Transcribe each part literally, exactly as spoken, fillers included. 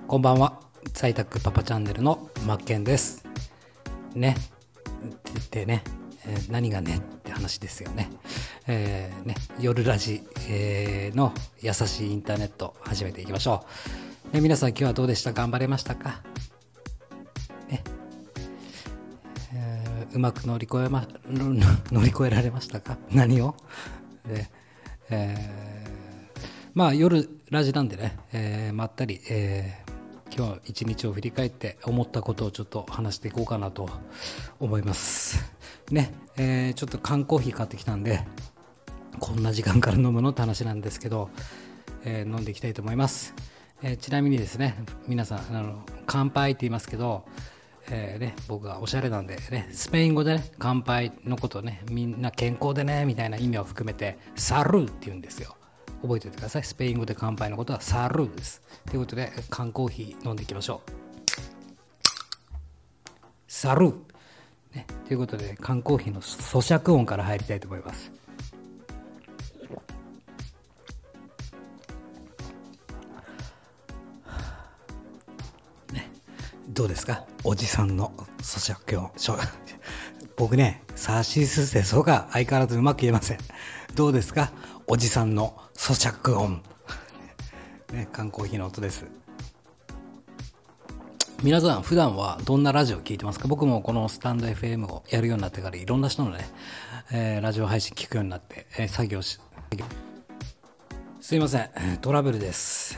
こんばんは。在宅パパチャンネルのマッケンですね。って言ってね、えー、何がねって話ですよね。えー、ね夜ラジ、えー、の優しいインターネット始めていきましょう。ね、皆さん今日はどうでした？頑張れましたか？ね、えー、うまく乗り越えま乗り越えられましたか？何を？で、えー、まあ夜ラジなんでね、えー、まったり、えー今日一日を振り返って思ったことをちょっと話していこうかなと思いますね。えー、ちょっと缶コーヒー買ってきたんでこんな時間から飲むのって話なんですけど、えー、飲んでいきたいと思います。えー、ちなみにですね、皆さんあの乾杯って言いますけど、えーね、僕はおしゃれなんでね、スペイン語でね乾杯のことをね、みんな健康でねみたいな意味を含めてサルーって言うんですよ。覚えておいてください。スペイン語で乾杯のことはサルーです。ということで缶コーヒー飲んでいきましょう。サルー、ね、ということで缶コーヒーの咀嚼音から入りたいと思います。ね、どうですか？おじさんの咀嚼音。僕ね、サシスセソが相変わらずうまく言えません。どうですか？おじさんの咀嚼音。ね、缶コーヒーの音です。皆さん普段はどんなラジオを聞いてますか？僕もこのスタンド エフエム をやるようになってからいろんな人のね、えー、ラジオ配信聞くようになって、えー、作業しすいません、トラブルです。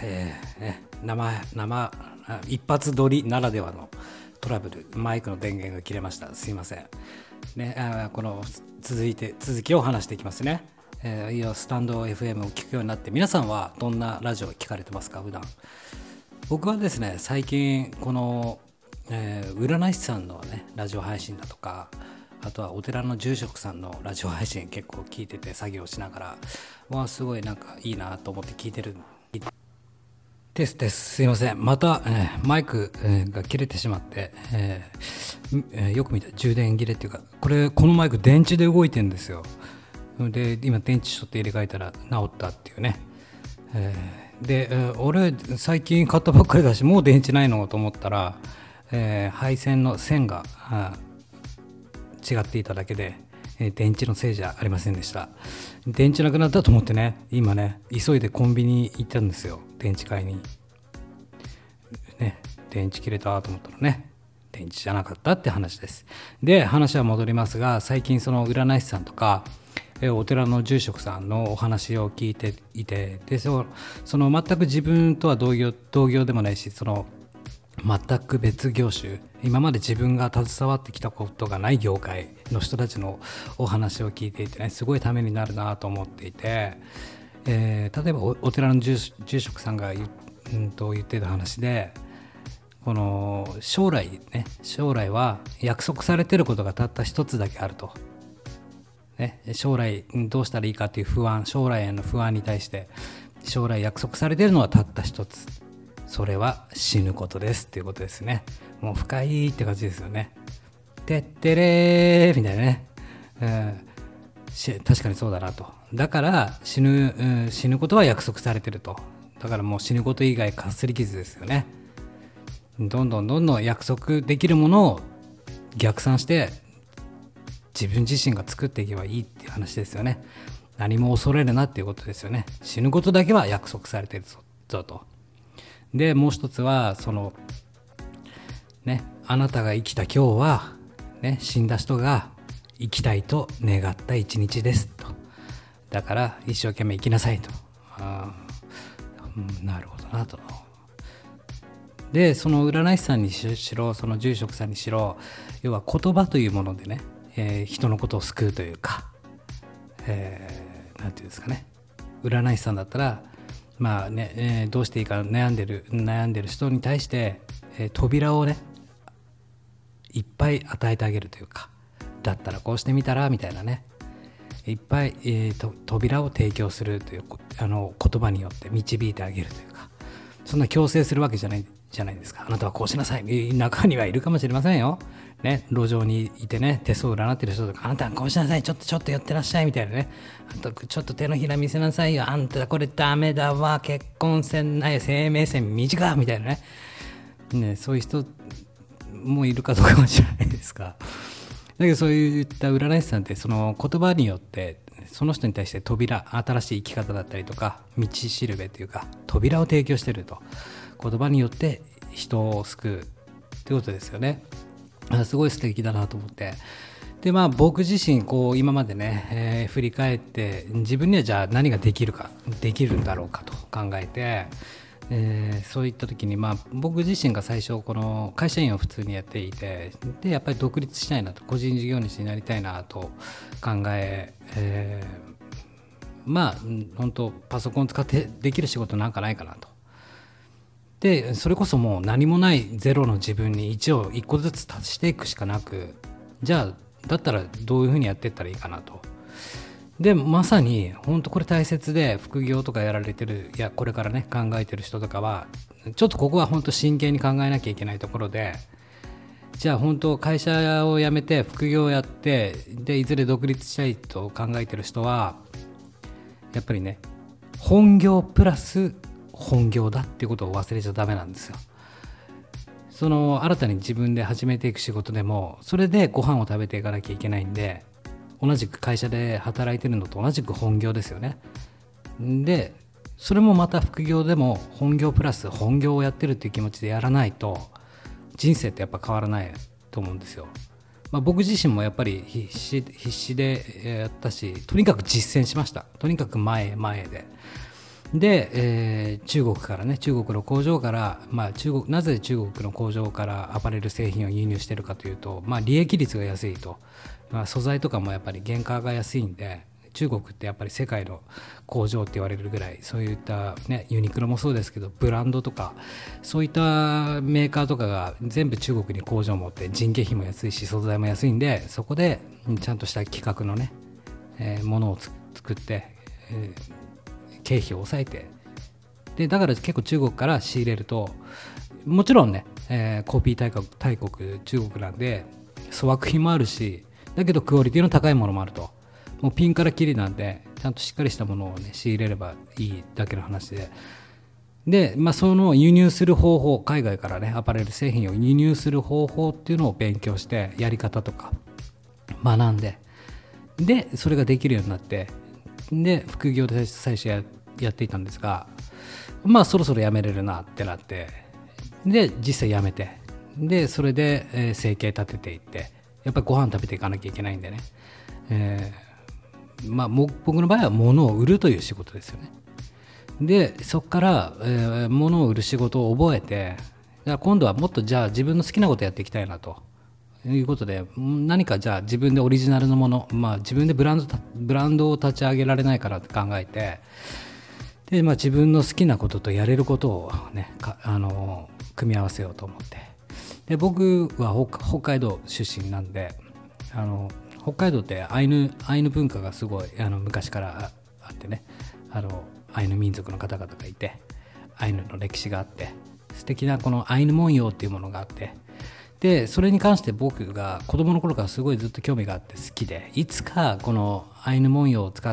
えーね、生生一発撮りならではのトラブル、マイクの電源が切れました。すいませんね。あこの続いて続きを話していきますね。えー、いやスタンド エフエム を聞くようになって、皆さんはどんなラジオを聞かれてますか？普段。僕はですね、最近この、えー、占い師さんのねラジオ配信だとか、あとはお寺の住職さんのラジオ配信結構聞いてて、作業しながらわあすごいなんかいいなと思って聞いてるですです。すいません、また、えー、マイク、えー、が切れてしまって、えーえー、よく見た充電切れっていうか、これこのマイク電池で動いてるんですよ。で今電池ちょっと入れ替えたら治ったっていうね、えー、で、えー、俺最近買ったばっかりだしもう電池ないのと思ったら、えー、配線の線が違っていただけで、えー、電池のせいじゃありませんでした。電池なくなったと思ってね、今ね急いでコンビニ行ったんですよ、電池買いにね。電池切れたと思ったらね、電池じゃなかったって話です。で話は戻りますが、最近その占い師さんとかお寺の住職さんのお話を聞いていて、で そ, その全く自分とは同業同業でもないし、その全く別業種、今まで自分が携わってきたことがない業界の人たちのお話を聞いていてね、すごいためになるなと思っていて、えー、例えば お, お寺の 住, 住職さんが 言,、うん、と言ってた話で、この将来ね、将来は約束されていることがたった一つだけあると。ね、将来どうしたらいいかっていう不安、将来への不安に対して将来約束されているのはたった一つ、それは死ぬことですっていうことですね。もう深いって感じですよね。てってれーみたいなね、えー、確かにそうだなと。だから死ぬ、うん、死ぬことは約束されてると。だからもう死ぬこと以外かすり傷ですよね。どんどんどんどん約束できるものを逆算して自分自身が作っていけばいいっていう話ですよね。何も恐れるなっていうことですよね。死ぬことだけは約束されてるぞと。でもう一つはそのね、あなたが生きた今日はね、死んだ人が生きたいと願った一日ですと。だから一生懸命生きなさいと。あ、うん、なるほどなと。でその占い師さんにしろ、その住職さんにしろ、要は言葉というものでね、えー、人のことを救うというか、えー、なんていうんですかね、占い師さんだったらまあね、えー、どうしていいか悩んでる悩んでる人に対して、えー、扉をねいっぱい与えてあげるというか、だったらこうしてみたらみたいなね、いっぱい、えー、と扉を提供するというあの言葉によって導いてあげるというか、そんな強制するわけじゃないじゃないですか。あなたはこうしなさい。中にはいるかもしれませんよ。ね、路上にいてね、手相を占ってる人とか、あなたはこうしなさい。ちょっとちょっと寄ってらっしゃいみたいなね。あんたちょっと手のひら見せなさいよ。あんたこれダメだわ。結婚せんない生命線短みたいなね。 ね、そういう人もいるかどうかは知らないですか。だけどそういった占い師さんってその言葉によってその人に対して扉、新しい生き方だったりとか道しるべというか扉を提供していると、言葉によって人を救うってことですよね。すごい素敵だなと思って、でまあ僕自身こう今までね、えー、振り返って自分にはじゃあ何ができるかできるんだろうかと考えて、えー、そういった時に、まあ、僕自身が最初この会社員を普通にやっていて、でやっぱり独立したいなと、個人事業主になりたいなと考ええー、まあ本当パソコン使ってできる仕事なんかないかなと。でそれこそもう何もないゼロの自分にいちをいっこずつ足していくしかなく、じゃあだったらどういうふうにやっていったらいいかなと。でまさに本当これ大切で、副業とかやられてる、いやこれからね考えてる人とかはちょっとここは本当真剣に考えなきゃいけないところで、じゃあ本当会社を辞めて副業をやって、でいずれ独立したいと考えてる人はやっぱりね、本業プラス本業だっていうことを忘れちゃダメなんですよ。その新たに自分で始めていく仕事でもそれでご飯を食べていかなきゃいけないんで、同じく会社で働いてるのと同じく本業ですよね。でそれもまた副業でも本業プラス本業をやってるっていう気持ちでやらないと人生ってやっぱ変わらないと思うんですよ。まあ、僕自身もやっぱり必死、必死でやったし、とにかく実践しました。とにかく前へ前へでで、えー、中国からね、中国の工場から、まあ、中国なぜ中国の工場からアパレル製品を輸入しているかというと、まあ、利益率が安いと、まあ、素材とかもやっぱり原価が安いんで、中国ってやっぱり世界の工場って言われるぐらい、そういった、ね、ユニクロもそうですけどブランドとかそういったメーカーとかが全部中国に工場を持って、人件費も安いし素材も安いんで、そこでちゃんとした規格のね、えー、ものを作って、えー経費を抑えて、でだから結構中国から仕入れると、もちろんね、えー、コピー大国、大国中国なんで粗悪品もあるし、だけどクオリティの高いものもあると。もうピンからキリなんでちゃんとしっかりしたものをね仕入れればいいだけの話で、で、まあ、その輸入する方法、海外からねアパレル製品を輸入する方法っていうのを勉強して、やり方とか学んで、でそれができるようになって、で副業で最初 や, やっていたんですが、まあそろそろ辞めれるなってなって、で実際辞めて、でそれで、えー、生計立てていって、やっぱりご飯食べていかなきゃいけないんでね、えー、まあ僕の場合は物を売るという仕事ですよね。でそこから、えー、物を売る仕事を覚えて、今度はもっとじゃあ自分の好きなことやっていきたいなということで、何かじゃあ自分でオリジナルのもの、まあ、自分でブランド、ブランドを立ち上げられないからって考えて、で、まあ、自分の好きなこととやれることを、ね、かあの組み合わせようと思って、で僕は 北, 北海道出身なんで、あの北海道ってアイヌ、アイヌ文化がすごいあの昔からあってね、あのアイヌ民族の方々がいて、アイヌの歴史があって、素敵なこのアイヌ文様っていうものがあって、でそれに関して僕が子供の頃からすごいずっと興味があって好きで、いつかこのアイヌ文様を使った、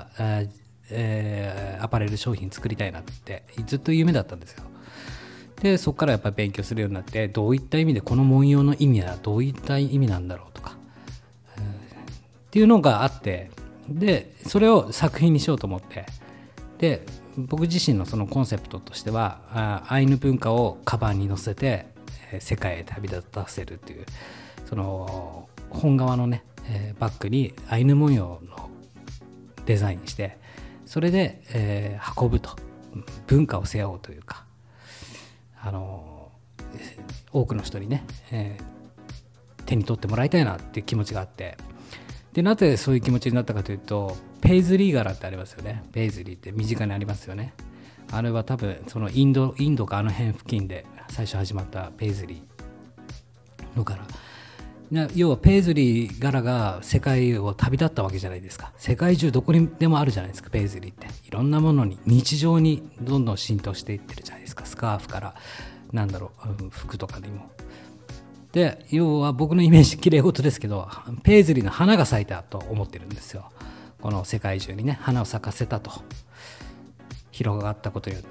えー、アパレル商品作りたいなってずっと夢だったんですよ。でそこからやっぱり勉強するようになって、どういった意味でこの文様の意味はどういった意味なんだろうとか、えー、っていうのがあって、でそれを作品にしようと思って、で僕自身のそのコンセプトとしては、アイヌ文化をカバンに載せて世界へ旅立たせるっていう、その本革のね、えー、バッグにアイヌ文様のデザインにして、それで、えー、運ぶと、文化を背負うというか、あのー、多くの人にね、えー、手に取ってもらいたいなっていう気持ちがあって、でなぜそういう気持ちになったかというと、ペイズリー柄ってありますよね。ペイズリーって身近にありますよね。あれは多分そのインド、インドかあの辺付近で最初始まったペイズリーの柄。要はペイズリー柄が世界を旅立ったわけじゃないですか。世界中どこにでもあるじゃないですか、ペイズリーって。いろんなものに、日常にどんどん浸透していってるじゃないですか。スカーフからなんだろう、服とかにも。で要は僕のイメージきれい事ですけど、ペイズリーの花が咲いたと思ってるんですよ。この世界中にね花を咲かせたと、広がったことによって。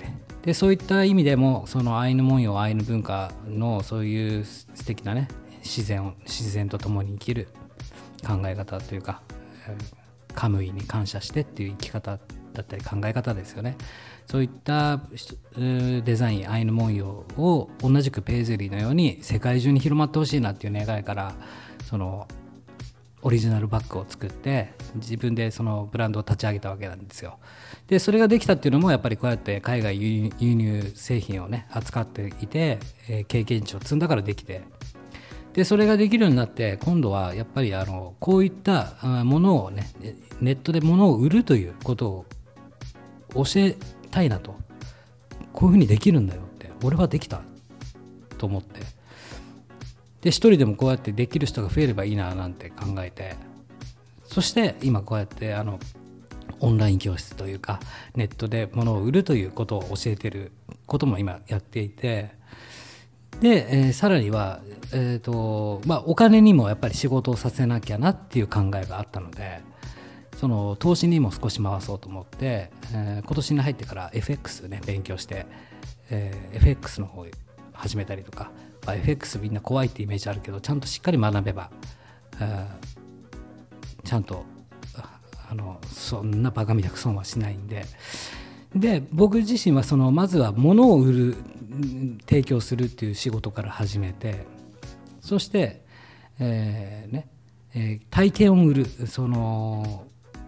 でそういった意味でもそのアイヌ文様アイヌ文化のそういう素敵なね自然を自然と共に生きる考え方というか、カムイに感謝してっていう生き方だったり考え方ですよね。そういったデザインアイヌ文様を同じくペイズリーのように世界中に広まってほしいなっていう願いから、そのオリジナルバッグを作って自分でそのブランドを立ち上げたわけなんですよ。でそれができたっていうのもやっぱりこうやって海外輸入製品をね扱っていて、えー、経験値を積んだからできて、でそれができるようになって今度はやっぱりあのこういったものをねネットで物を売るということを教えたいなと、こういうふうにできるんだよって俺はできたと思って、で一人でもこうやってできる人が増えればいいななんて考えて、そして今こうやってあのオンライン教室というかネットで物を売るということを教えてることも今やっていて、で、えー、さらには、えーとまあ、お金にもやっぱり仕事をさせなきゃなっていう考えがあったので、その投資にも少し回そうと思って、えー、今年に入ってから エフエックス ね勉強して、えー、エフエックス の方を始めたりとか、まあ、エフエックス みんな怖いってイメージあるけどちゃんとしっかり学べば、えー、ちゃんとあのそんなバカみたく損はしないんで、で僕自身はそのまずは物を売る提供するっていう仕事から始めて、そして、えーねえー、体験を売る、その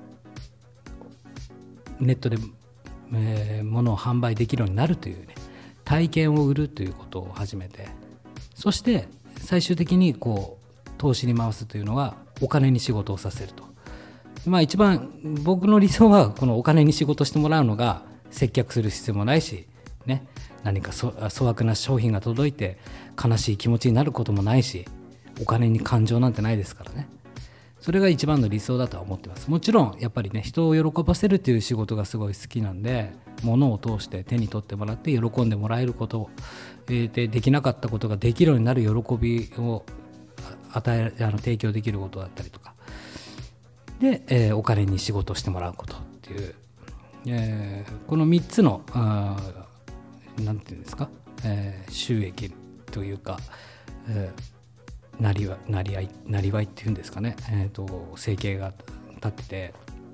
ネットで、えー、物を販売できるようになるという、ね、体験を売るということを始めて、そして最終的にこう投資に回すというのはお金に仕事をさせると。まあ一番僕の理想はこのお金に仕事してもらうのが、接客する必要もないし、ね、何か粗悪な商品が届いて悲しい気持ちになることもないし、お金に感情なんてないですからね。それが一番の理想だとは思ってます。もちろんやっぱりね人を喜ばせるという仕事がすごい好きなんで、物を通して手に取ってもらって喜んでもらえること、えー、でできなかったことができるようになる喜びを与えあの提供できることだったりとかで、えー、お金に仕事をしてもらうことっていう、えー、このみっつのあなんていうんですか、えー、収益というか、えーなりわ、なり合い、なりわいっていうんですかね、えーと、生計が立ってて、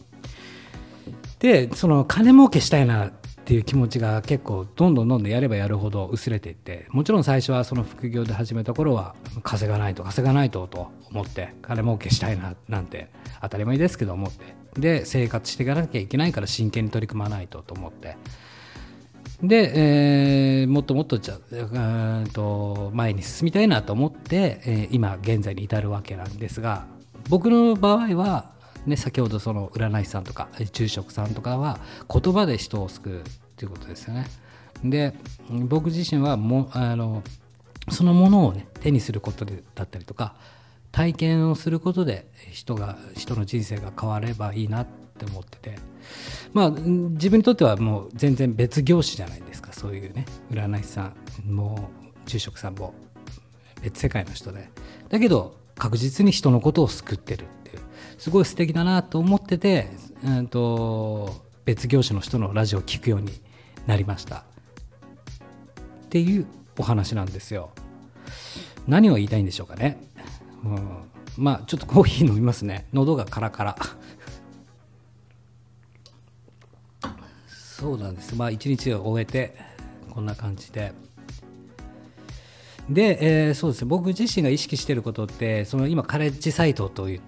でその金儲けしたいなっていう気持ちが結構どんどんどんどんやればやるほど薄れていって、もちろん最初はその副業で始めた頃は稼がないと稼がないとと思って金儲けしたいななんて当たり前ですけど思って、で生活していかなきゃいけないから真剣に取り組まないとと思って、で、えー、もっともっとじゃあと前に進みたいなと思って、えー、今現在に至るわけなんですが、僕の場合は、ね、先ほどその占い師さんとか住職さんとかは言葉で人を救うということですよね。で僕自身はもあのそのものを、ね、手にすることでだったりとか体験をすることで人が人の人生が変わればいいなって思ってて、まあ自分にとってはもう全然別業種じゃないですか。そういうね占い師さんも住職さんも別世界の人で、だけど確実に人のことを救ってるっていうすごい素敵だなと思ってて、うんと別業種の人のラジオを聞くようになりましたっていうお話なんですよ。何を言いたいんでしょうかね。うん、まあちょっとコーヒー飲みますね。喉がカラカラそうなんです。まあ一日を終えてこんな感じでで、えー、そうですね、僕自身が意識していることってその今カレッジサイトといって、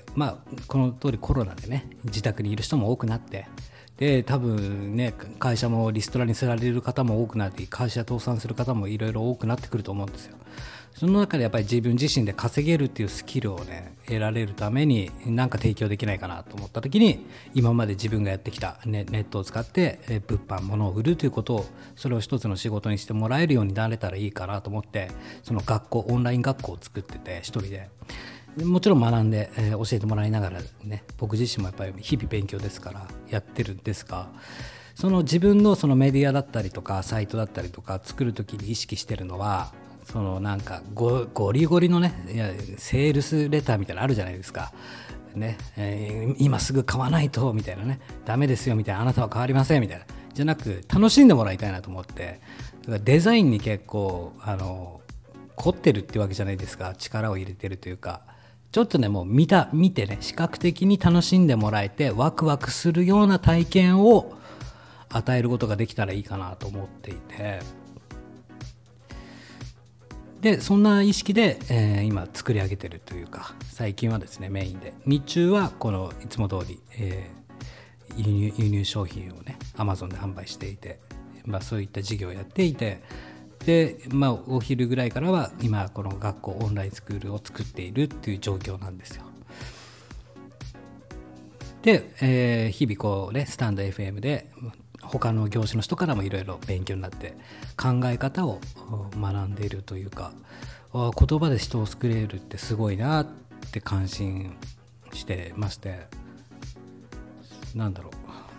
まあ、この通りコロナでね自宅にいる人も多くなって、で多分ね会社もリストラにされる方も多くなって会社倒産する方もいろいろ多くなってくると思うんですよ。その中でやっぱり自分自身で稼げるっていうスキルをね得られるために何か提供できないかなと思った時に、今まで自分がやってきた ネ, ネットを使ってえ物販物を売るということをそれを一つの仕事にしてもらえるようになれたらいいかなと思って、その学校オンライン学校を作ってて一人でもちろん学んで、えー、教えてもらいながらね、僕自身もやっぱり日々勉強ですからやってるんですが、その自分のそのメディアだったりとかサイトだったりとか作るときに意識してるのは、そのなんか ゴ, ゴリゴリのねいやセールスレターみたいなのあるじゃないですかね、えー、今すぐ買わないとみたいなね、ダメですよみたいな、あなたは変わりませんみたいな、 じゃなく楽しんでもらいたいなと思って、だからデザインに結構あの凝ってるってわけじゃないですか。力を入れてるというか、ちょっとねもう見た見てね視覚的に楽しんでもらえてワクワクするような体験を与えることができたらいいかなと思っていて、でそんな意識で、えー、今作り上げてるというか、最近はですねメインで日中はこのいつも通り、えー、輸入、輸入商品をね Amazon で販売していて、まあ、そういった事業をやっていて、で、まあ、お昼ぐらいからは今この学校オンラインスクールを作っているっていう状況なんですよ。で、えー、日々こうねスタンド エフエム で他の業種の人からもいろいろ勉強になって考え方を学んでいるというか、あ言葉で人を救えるってすごいなって感心してまして、なんだろ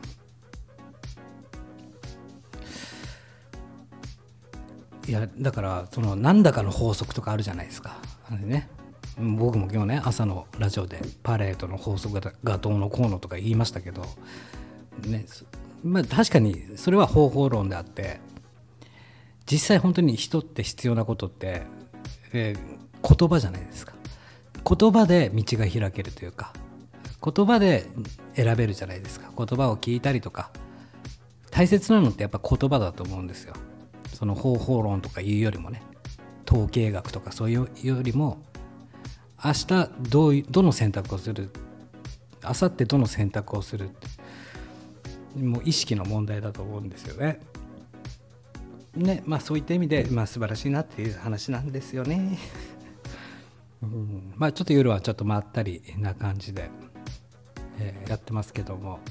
う、いやだからその何らかの法則とかあるじゃないですか。あれね、僕も今日ね朝のラジオでパレートの法則がどうのこうのとか言いましたけどね、まあ、確かにそれは方法論であって、実際本当に人って必要なことって、えー、言葉じゃないですか。言葉で道が開けるというか、言葉で選べるじゃないですか。言葉を聞いたりとか、大切なのってやっぱ言葉だと思うんですよ。その方法論とかいうよりもね、統計学とかそういうよりも、明日どうどの選択をする、明後日どの選択をするって、もう意識の問題だと思うんですよね。ね、まあそういった意味で、まあ、素晴らしいなっていう話なんですよね。うん、まあちょっと夜はちょっとまったりな感じで、えー、やってますけども、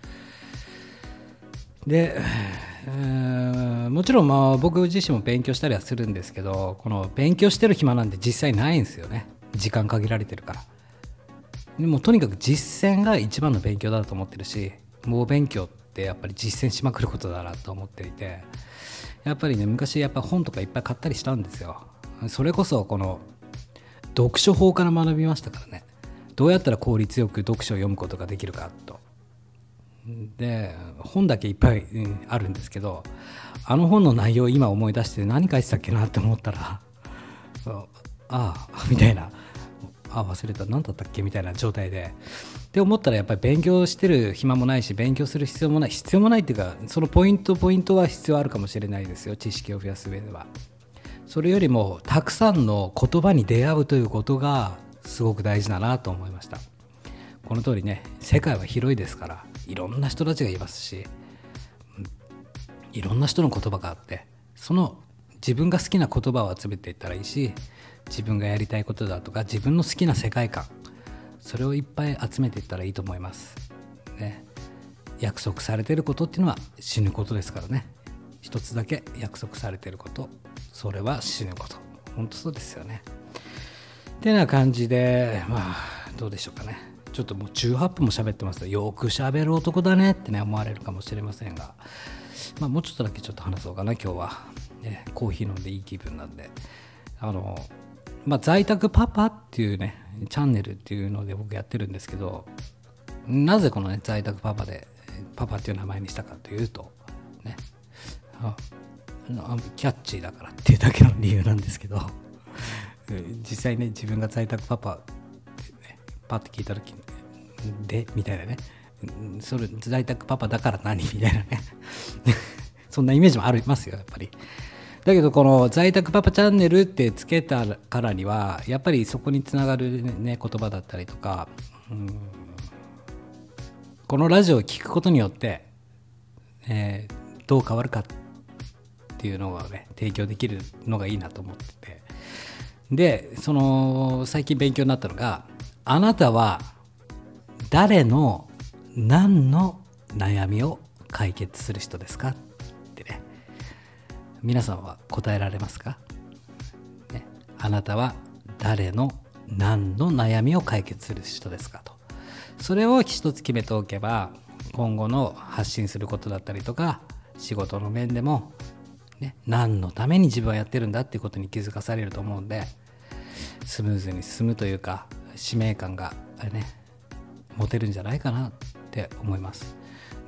で、えー、もちろんまあ僕自身も勉強したりはするんですけど、この勉強してる暇なんて実際ないんですよね。時間限られてるから。でもとにかく実践が一番の勉強だと思ってるし、猛勉強ってやっぱり実践しまくることだなと思っていて、やっぱりね昔やっぱ本とかいっぱい買ったりしたんですよ。それこそこの読書法から学びましたからね。どうやったら効率よく読書を読むことができるかと。で本だけいっぱい、うん、あるんですけど、あの本の内容を今思い出して何書いてたっけなって思ったら、ああみたいな、あ忘れた何だったっけみたいな状態で、って思ったらやっぱり勉強してる暇もないし、勉強する必要もない必要もないっていうか、そのポイントポイントは必要あるかもしれないですよ、知識を増やす上では。それよりもたくさんの言葉に出会うということがすごく大事だなと思いました。この通りね、世界は広いですから、いろんな人たちがいますし、いろんな人の言葉があって、その自分が好きな言葉を集めていったらいいし、自分がやりたいことだとか自分の好きな世界観、それをいっぱい集めていったらいいと思います、ね、約束されていることっていうのは死ぬことですからね。一つだけ約束されていること、それは死ぬこと。本当そうですよね。ってな感じで、まあどうでしょうかね。ちょっともうじゅうはっぷんも喋ってます。よく喋る男だねってね思われるかもしれませんが、まあ、もうちょっとだけちょっと話そうかな今日は、ね、コーヒー飲んでいい気分なんで、あのまあ、在宅パパっていうねチャンネルっていうので僕やってるんですけど、なぜこのね在宅パパでパパっていう名前にしたかというとね、あキャッチーだからっていうだけの理由なんですけど、実際ね自分が在宅パパってねパッて聞いた時にでみたいなね、それ在宅パパだから何みたいなねそんなイメージもありますよやっぱり。だけどこの在宅パパチャンネルってつけたからにはやっぱりそこにつながる、ね、言葉だったりとか、うん、このラジオを聞くことによって、えー、どう変わるかっていうのをね提供できるのがいいなと思ってて、でその最近勉強になったのが、あなたは誰の何の悩みを解決する人ですかってね、皆さんは答えられますか、ね、あなたは誰の何の悩みを解決する人ですかと。それを一つ決めておけば、今後の発信することだったりとか仕事の面でも、ね、何のために自分はやってるんだっていうことに気づかされると思うんで、スムーズに進むというか使命感がね持てるんじゃないかなって思います。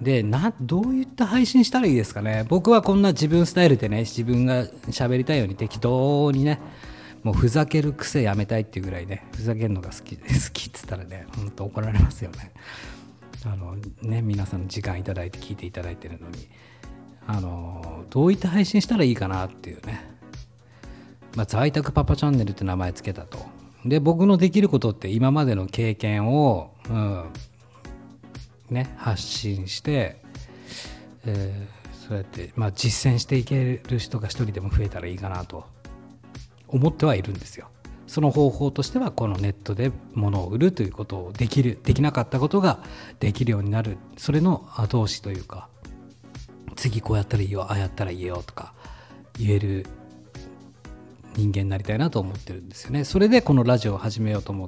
でなどういった配信したらいいですかね。僕はこんな自分スタイルでね、自分が喋りたいように適当にね、もうふざける癖やめたいっていうぐらいね、ふざけるのが好き好きっつったらね、本当怒られますよね。あのね、皆さんの時間いただいて聞いていただいてるのに、あのどういった配信したらいいかなっていうね。まあ、在宅パパチャンネルって名前つけたと。で、僕のできることって今までの経験を、うんね、発信して、えー、そうやって、まあ、実践していける人が一人でも増えたらいいかなと思ってはいるんですよ。その方法としてはこのネットで物を売るということをできるできなかったことができるようになる、それの後押しというか、次こうやったらいいよ、ああやったらいいよとか言える人間になりたいなと思ってるんですよね。それでこのラジオを始めようと思って、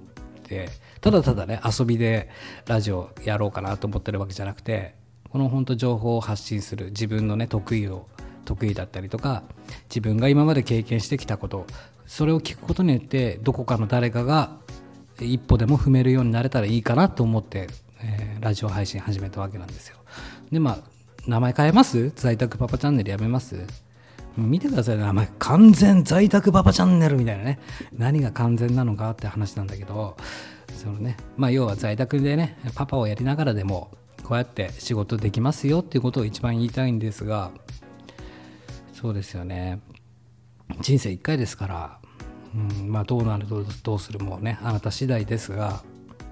ただただね遊びでラジオやろうかなと思ってるわけじゃなくて、この本当情報を発信する、自分のね得意を得意だったりとか、自分が今まで経験してきたこと、それを聞くことによってどこかの誰かが一歩でも踏めるようになれたらいいかなと思って、えー、ラジオ配信始めたわけなんですよ。でまあ名前変えます？在宅パパチャンネルやめます？見てくださいね、名前完全在宅パパチャンネルみたいなね。何が完全なのかって話なんだけど、そのね、まあ要は在宅でねパパをやりながらでもこうやって仕事できますよっていうことを一番言いたいんですが、そうですよね、人生一回ですから、うん、まあどうなるどう、どうするもねあなた次第ですが、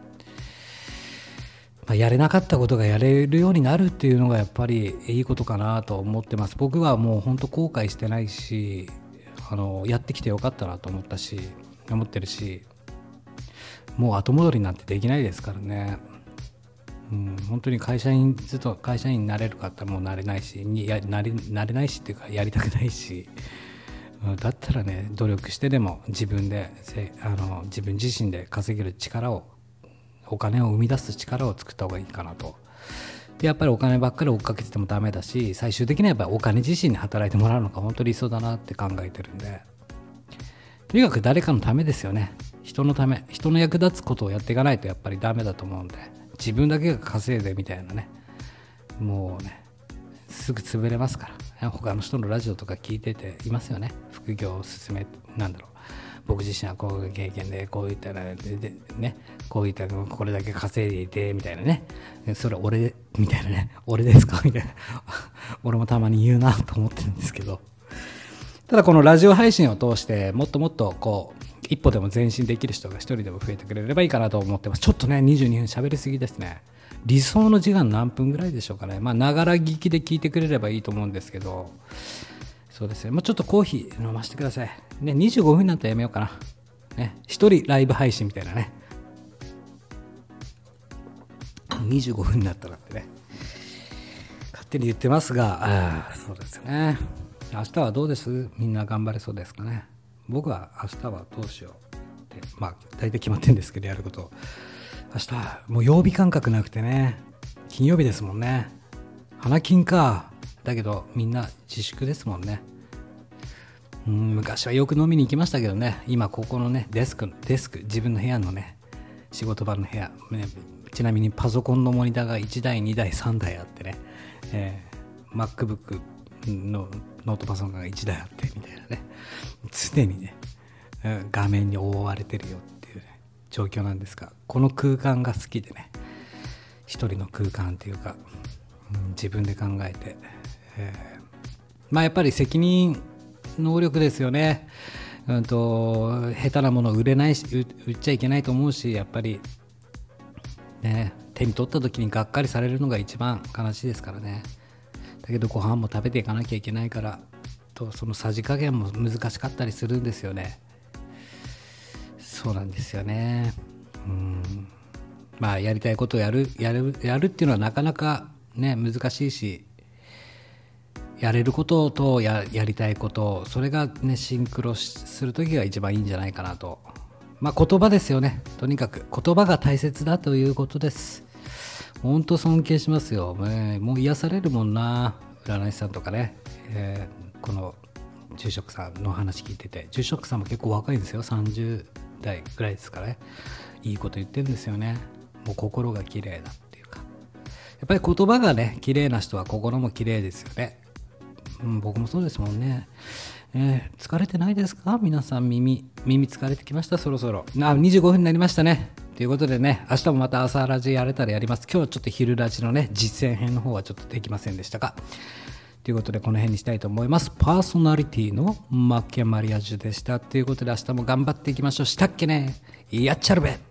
まあ、やれなかったことがやれるようになるっていうのがやっぱりいいことかなと思ってます。僕はもう本当後悔してないし、あのやってきてよかったなと思ったし思ってるし、もう後戻りなんてできないですからね。うん、本当に会社員ずっと会社員になれるかってもうなれないし、にやなれなれないしっていうかやりたくないし、だったらね努力してでも自分であの自分自身で稼げる力を、お金を生み出す力を作った方がいいかなと。でやっぱりお金ばっかり追っかけててもダメだし、最終的にはやっぱりお金自身に働いてもらうのが本当に理想だなって考えてるんで、とにかく誰かのためですよね。人のため、人の役立つことをやっていかないとやっぱりダメだと思うんで、自分だけが稼いでみたいなね、もうねすぐ潰れますから。他の人のラジオとか聞いてていますよね。副業を進め、なんだろう、僕自身はこういう経験でこういったらでね、こういったこれだけ稼いでいてみたいなね、それ俺みたいなね、俺ですかみたいな俺もたまに言うなと思ってるんですけど、ただこのラジオ配信を通してもっともっとこう一歩でも前進できる人が一人でも増えてくれればいいかなと思ってます。ちょっとねにじゅうにふん喋りすぎですね。理想の時間何分ぐらいでしょうかね。まあながら聞きで聞いてくれればいいと思うんですけど、そうですね、まあ、ちょっとコーヒー飲ませてくださいね。にじゅうごふんになったらやめようかなね。一人ライブ配信みたいなね、にじゅうごふんになったらってね勝手に言ってますが、あそうですね。明日はどうです？みんな頑張れそうですかね。僕は明日はどうしようって、まあ大体決まってるんですけど、やること、明日はもう曜日感覚なくてね、金曜日ですもんね。花金か。だけどみんな自粛ですもんね。うん、昔はよく飲みに行きましたけどね、今ここのねデスクデスク自分の部屋のね仕事場の部屋、ね、ちなみにパソコンのモニターがいちだいにだいさんだいあってね、えー、MacBook のノートパソコンがいちだいあってみたいなね、常にね画面に覆われてるよっていう、ね、状況なんですが、この空間が好きでね、一人の空間っていうか、うん、自分で考えて、えー、まあやっぱり責任能力ですよね。うんと下手なもの売れないし、売っちゃいけないと思うし、やっぱりね手に取った時にがっかりされるのが一番悲しいですからね。だけどご飯も食べていかなきゃいけないからと、そのさじ加減も難しかったりするんですよね。そうなんですよね。うんまあやりたいことをやるやるやるっていうのはなかなかね難しいし、やれることと や, やりたいこと、それがねシンクロするときが一番いいんじゃないかなと。まあ言葉ですよね。とにかく言葉が大切だということです。本当尊敬しますよ。もう癒されるもんな、占い師さんとかね、えー、この住職さんの話聞いてて、住職さんも結構若いんですよ。さんじゅうだいぐらいですからね。いいこと言ってるんですよね。もう心が綺麗だっていうか、 っぱり言葉がね綺麗な人は心も綺麗ですよね。うん、僕もそうですもんね。えー、疲れてないですか皆さん。耳耳疲れてきました。そろそろあにじゅうごふんになりましたね。ということでね、明日もまた朝ラジやれたらやります。今日はちょっと昼ラジのね実践編の方はちょっとできませんでしたが、ということでこの辺にしたいと思います。パーソナリティのマッケンマリアージュでした。ということで明日も頑張っていきましょう。したっけね、やっちゃるべ。